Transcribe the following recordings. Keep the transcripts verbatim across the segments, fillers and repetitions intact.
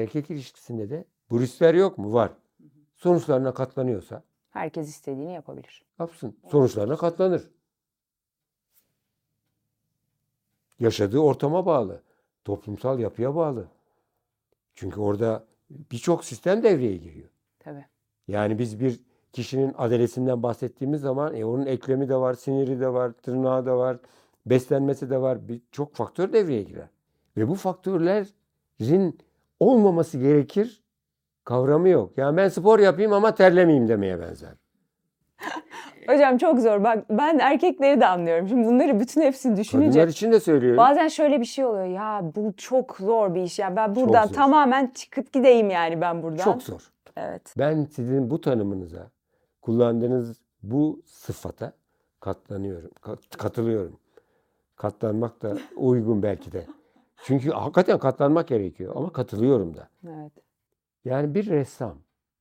erkek ilişkisinde de bu riskler yok mu? Var. Sonuçlarına katlanıyorsa Herkes istediğini yapabilir. yapsın. Sonuçlarına katlanır. Yaşadığı ortama bağlı. Toplumsal yapıya bağlı. Çünkü orada birçok sistem devreye giriyor. Tabii. Yani biz bir kişinin adalesinden bahsettiğimiz zaman e, onun eklemi de var, siniri de var, tırnağı da var, beslenmesi de var. Birçok faktör devreye girer. Ve bu faktörlerin olmaması gerekir kavramı yok. Yani ben spor yapayım ama terlemeyeyim demeye benzer. Hocam çok zor. Bak ben erkekleri de anlıyorum. Şimdi bunları bütün hepsini düşününce. Kadınlar için de söylüyorum. Bazen şöyle bir şey oluyor. Ya bu çok zor bir iş. Ya ben buradan tamamen çıkıp gideyim yani ben buradan. Çok zor. Evet. Ben sizin bu tanımınıza, kullandığınız bu sıfata katlanıyorum. Kat, katılıyorum. Katlanmak da uygun belki de. Çünkü hakikaten katlanmak gerekiyor ama katılıyorum da. Evet. Yani bir ressam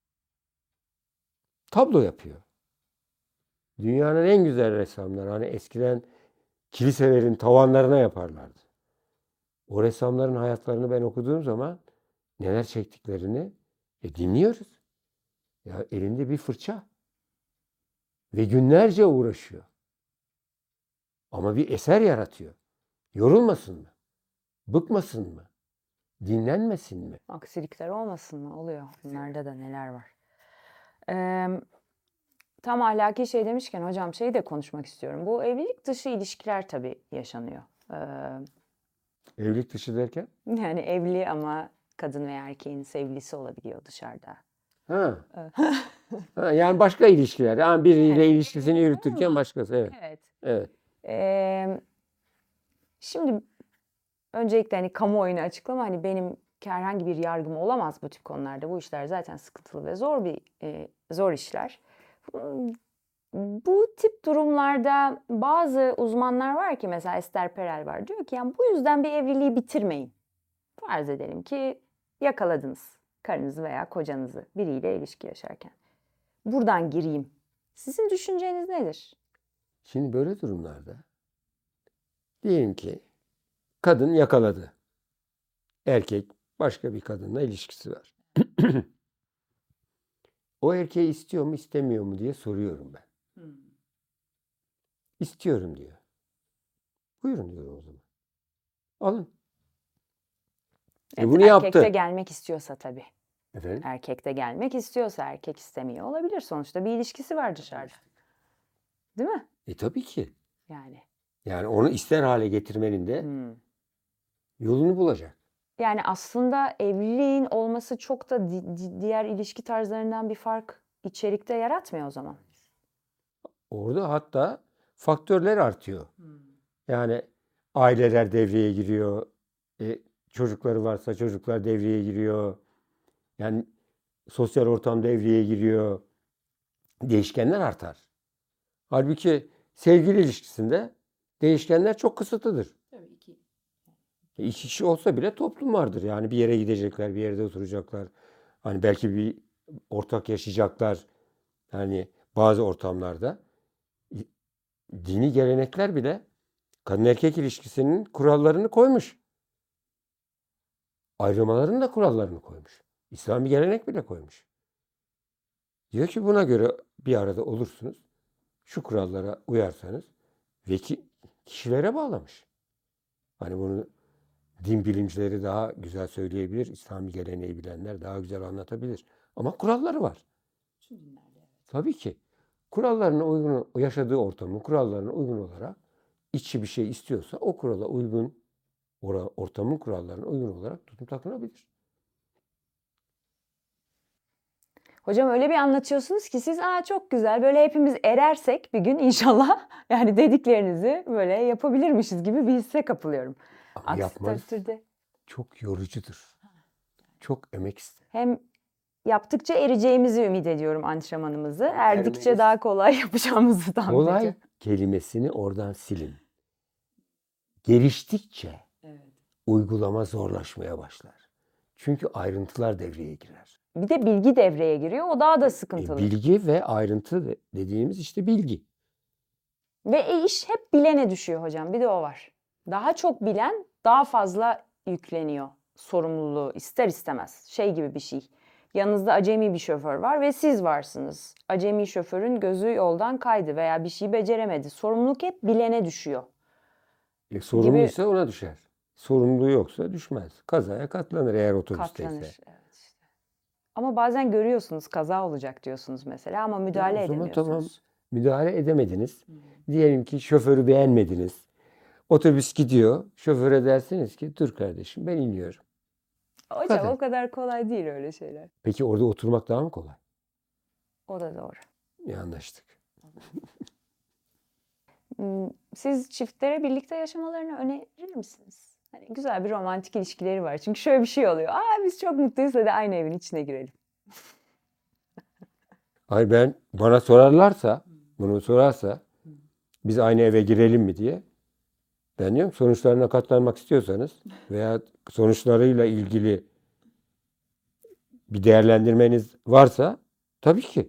tablo yapıyor. Dünyanın en güzel ressamları hani eskiden kiliselerin tavanlarına yaparlardı. O ressamların hayatlarını ben okuduğum zaman neler çektiklerini e, dinliyoruz. Ya elinde bir fırça ve günlerce uğraşıyor. Ama bir eser yaratıyor. Yorulmasın mı? Bıkmasın mı? Dinlenmesin mi? Aksilikler olmasın mı? Oluyor. Bunlarda da neler var. Ee, tam ahlaki şey demişken hocam şeyi de konuşmak istiyorum. Bu evlilik dışı ilişkiler tabii yaşanıyor. Ee, Evlilik dışı derken? yani evli ama kadın veya erkeğin sevgilisi olabiliyor dışarıda. Ha. ha yani başka ilişkiler. Yani biriyle evet. ilişkisini yürütürken başkası. Evet. Evet. Evet. Ee, şimdi öncelikle hani kamuoyuna açıklama hani benim herhangi bir yargım olamaz bu tip konularda. Bu işler zaten sıkıntılı ve zor bir e, zor işler. Bu tip durumlarda bazı uzmanlar var ki mesela Esther Perel var. Diyor ki yani bu yüzden bir evliliği bitirmeyin. Farz edelim ki yakaladınız karınızı veya kocanızı biriyle ilişki yaşarken. Buradan gireyim. Sizin düşünceniz nedir? Şimdi böyle durumlarda diyelim ki kadın yakaladı. Erkek başka bir kadınla ilişkisi var. O erkeği istiyor mu istemiyor mu diye soruyorum ben. Hmm. İstiyorum diyor. Buyurun diyor o zaman. Alın. Evet, e bunu erkek yaptı. de gelmek istiyorsa tabii. Efendim? Erkek de gelmek istiyorsa erkek istemiyor olabilir. Sonuçta bir ilişkisi var dışarıda. Değil mi? E tabii ki. Yani. Yani onu ister hale getirmenin de hmm. yolunu bulacak. Yani aslında evliliğin olması çok da di- di- diğer ilişki tarzlarından bir fark içerikte yaratmıyor o zaman. Orada hatta faktörler artıyor. Hmm. Yani aileler devreye giriyor. E, çocukları varsa çocuklar devreye giriyor. Yani sosyal ortam devreye giriyor. Değişkenler artar. Halbuki sevgili ilişkisinde değişkenler çok kısıtlıdır. Tabii ki. İki kişi olsa bile toplum vardır. Yani bir yere gidecekler, bir yerde oturacaklar. Hani belki bir ortak yaşayacaklar. Yani bazı ortamlarda dini gelenekler bile kadın erkek ilişkisinin kurallarını koymuş. Ayrılmaların da kurallarını koymuş. İslami gelenek bile koymuş. Diyor ki buna göre bir arada olursunuz. Şu kurallara uyarsanız ve ki kişilere bağlamış. Hani bunu din bilimcileri daha güzel söyleyebilir. İslami geleneği bilenler daha güzel anlatabilir. Ama kuralları var. Tabii ki. Kurallarına uygun, yaşadığı ortamın kurallarına uygun olarak içi bir şey istiyorsa o kurala uygun, ortamın kurallarına uygun olarak tutum takınabilir. Hocam öyle bir anlatıyorsunuz ki siz aa çok güzel böyle hepimiz erersek bir gün inşallah yani dediklerinizi böyle yapabilirmişiz gibi bir hisse kapılıyorum. Ama Aksi yapmaz. Takdirde... Çok yorucudur. Çok emek ister. Hem yaptıkça ereceğimizi ümit ediyorum antrenmanımızı. Erdikçe Ermeyiz. Daha kolay yapacağımızı tahmin ediyorum. Kolay kelimesini oradan silin. Geliştikçe evet. uygulama zorlaşmaya başlar. Çünkü ayrıntılar devreye girer. Bir de bilgi devreye giriyor. O daha da sıkıntılı. E, bilgi ve ayrıntı dediğimiz işte bilgi. Ve iş hep bilene düşüyor hocam. Bir de o var. Daha çok bilen daha fazla yükleniyor sorumluluğu ister istemez. Şey gibi bir şey. Yanınızda acemi bir şoför var ve siz varsınız. Acemi şoförün gözü yoldan kaydı veya bir şey beceremedi. Sorumluluk hep bilene düşüyor. E, sorumluysa ona düşer. Sorumluluğu yoksa düşmez. Kazaya katlanır eğer otobüsteyse. Katlanır. Evet işte. Ama bazen görüyorsunuz kaza olacak diyorsunuz mesela ama müdahale Ya o zaman edemiyorsunuz. tamam, müdahale edemediniz. Diyelim ki şoförü beğenmediniz. Otobüs gidiyor. Şoföre dersiniz ki dur kardeşim ben iniyorum. Hocam kadar. o kadar kolay değil öyle şeyler. Peki orada oturmak daha mı kolay? O da doğru. Ya anlaştık. Hmm, Siz çiftlere birlikte yaşamalarını önerir misiniz? Hani güzel bir romantik ilişkileri var. Çünkü şöyle bir şey oluyor. Aa biz çok mutluyuz hadi aynı evin içine girelim. Hayır ben bana sorarlarsa, bunu sorarsa biz aynı eve girelim mi diye. Ben diyorum sonuçlarına katlanmak istiyorsanız veya sonuçlarıyla ilgili bir değerlendirmeniz varsa tabii ki.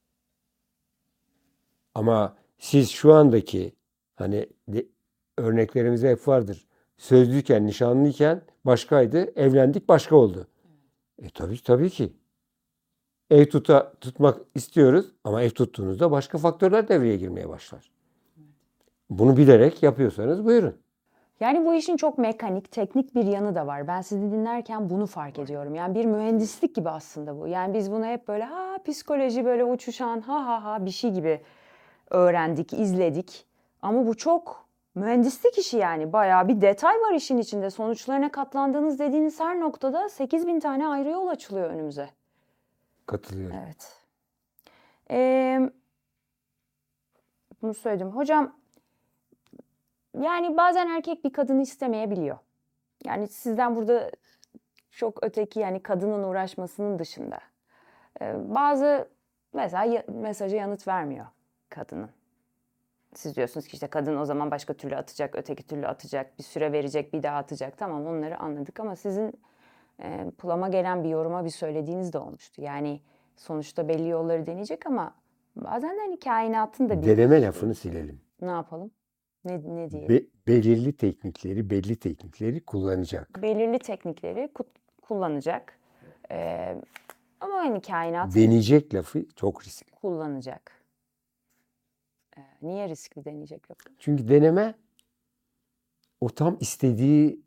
Ama siz şu andaki hani de, örneklerimizde hep vardır. Sözlüyken, nişanlıyken başkaydı, evlendik başka oldu. E tabii tabii ki. Ev tuta, tutmak istiyoruz ama ev tuttuğunuzda başka faktörler devreye girmeye başlar. Bunu bilerek yapıyorsanız buyurun. Yani bu işin çok mekanik, teknik bir yanı da var. Ben sizi dinlerken bunu fark ediyorum. Yani bir mühendislik gibi aslında bu. Yani biz bunu hep böyle ha psikoloji böyle uçuşan ha ha ha bir şey gibi öğrendik, izledik. Ama bu çok mühendislik işi yani. Bayağı bir detay var işin içinde. Sonuçlarına katlandığınız dediğiniz her noktada sekiz bin tane ayrı yol açılıyor önümüze. Katılıyorum. Evet. Ee, bunu söyledim. Hocam yani bazen erkek bir kadını istemeyebiliyor. Yani sizden burada çok öteki yani kadının uğraşmasının dışında. Ee, bazı mesela ya, mesaja yanıt vermiyor kadının. Siz diyorsunuz ki işte kadın o zaman başka türlü atacak, öteki türlü atacak, bir süre verecek, bir daha atacak. Tamam onları anladık ama sizin e, pulama gelen bir yoruma bir söylediğiniz de olmuştu. Yani sonuçta belli yolları deneyecek ama bazen de hani kainatın da bir... Deneme lafını silelim. Ne yapalım? Ne, ne diyelim? Be- belirli teknikleri, belli teknikleri kullanacak. Belirli teknikleri ku- kullanacak. Ee, ama hani kainatın Deneyecek lafı çok riskli. kullanacak. Ee, niye riskli deneyecek lafı? Çünkü deneme o tam istediği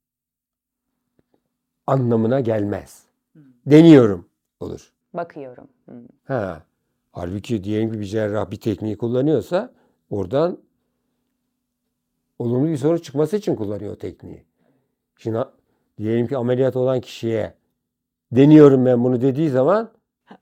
anlamına gelmez. Deniyorum olur. Bakıyorum. Hmm. Ha. Halbuki diyelim ki bir cerrah bir tekniği kullanıyorsa oradan olumlu bir sonuç çıkması için kullanıyor o tekniği. Şimdi ha- diyelim ki ameliyat olan kişiye deniyorum ben bunu dediği zaman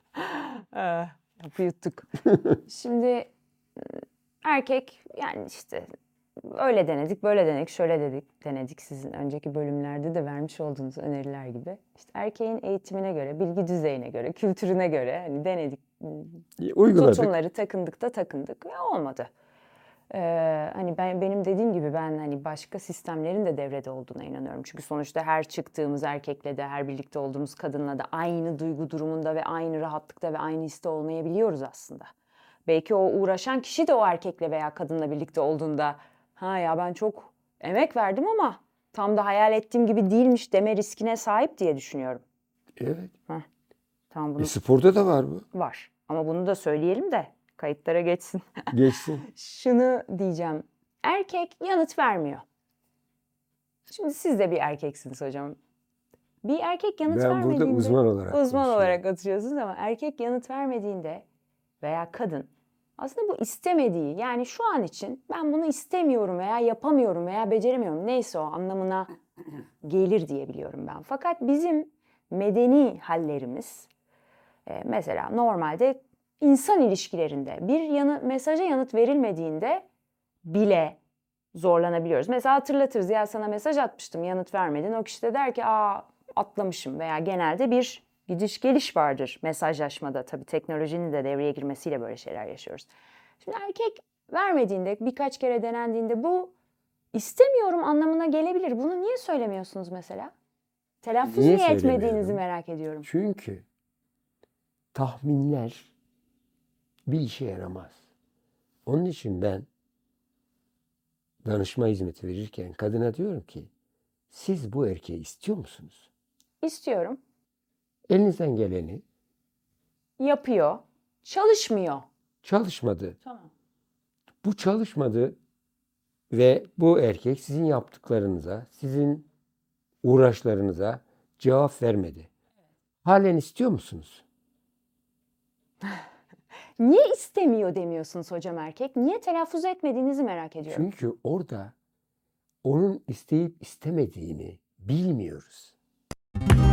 Yapı yuttuk. Şimdi erkek yani işte öyle denedik, böyle denedik, şöyle dedik, denedik. Sizin önceki bölümlerde de vermiş olduğunuz öneriler gibi. İşte erkeğin eğitimine göre, bilgi düzeyine göre, kültürüne göre hani denedik. uyguladık. Tutumları takındık da takındık ve olmadı. Ee, hani ben benim dediğim gibi ben hani başka sistemlerin de devrede olduğuna inanıyorum. Çünkü sonuçta her çıktığımız erkekle de her birlikte olduğumuz kadınla da aynı duygu durumunda ve aynı rahatlıkta ve aynı histe olmayabiliyoruz aslında. Belki o uğraşan kişi de o erkekle veya kadınla birlikte olduğunda ha ya ben çok emek verdim ama tam da hayal ettiğim gibi değilmiş deme riskine sahip diye düşünüyorum. Evet. Heh, tamam bunu E, sporda da var bu. var. Ama bunu da söyleyelim de kayıtlara geçsin. Geçsin. Şunu diyeceğim. Erkek yanıt vermiyor. Şimdi siz de bir erkeksiniz hocam. Bir erkek yanıt Ben vermediğinde... burada uzman olarak Uzman konuşuyorum. olarak atıyorsunuz ama erkek yanıt vermediğinde veya kadın aslında bu istemediği yani şu an için ben bunu istemiyorum veya yapamıyorum veya beceremiyorum neyse o anlamına gelir diye biliyorum ben. Fakat bizim medeni hallerimiz e, mesela normalde insan ilişkilerinde bir yanı, mesaja yanıt verilmediğinde bile zorlanabiliyoruz. Mesela hatırlatırız ya sana mesaj atmıştım yanıt vermedin. O kişi de der ki aa atlamışım veya genelde bir gidiş geliş vardır mesajlaşmada. Tabii teknolojinin de devreye girmesiyle böyle şeyler yaşıyoruz. Şimdi erkek vermediğinde birkaç kere denendiğinde bu istemiyorum anlamına gelebilir. Bunu niye söylemiyorsunuz mesela? Telaffuz Niye niye etmediğinizi söylemiyorum? merak ediyorum. Çünkü tahminler bir işe yaramaz. Onun için ben danışma hizmeti verirken kadına diyorum ki Siz bu erkeği istiyor musunuz? İstiyorum. Elinizden geleni Yapıyor. Çalışmıyor. çalışmadı. Tamam. Bu çalışmadı ve bu erkek sizin yaptıklarınıza, sizin uğraşlarınıza cevap vermedi. Halen istiyor musunuz? Niye istemiyor demiyorsunuz hocam erkek? Niye telaffuz etmediğinizi merak ediyorum. Çünkü orada onun isteyip istemediğini bilmiyoruz.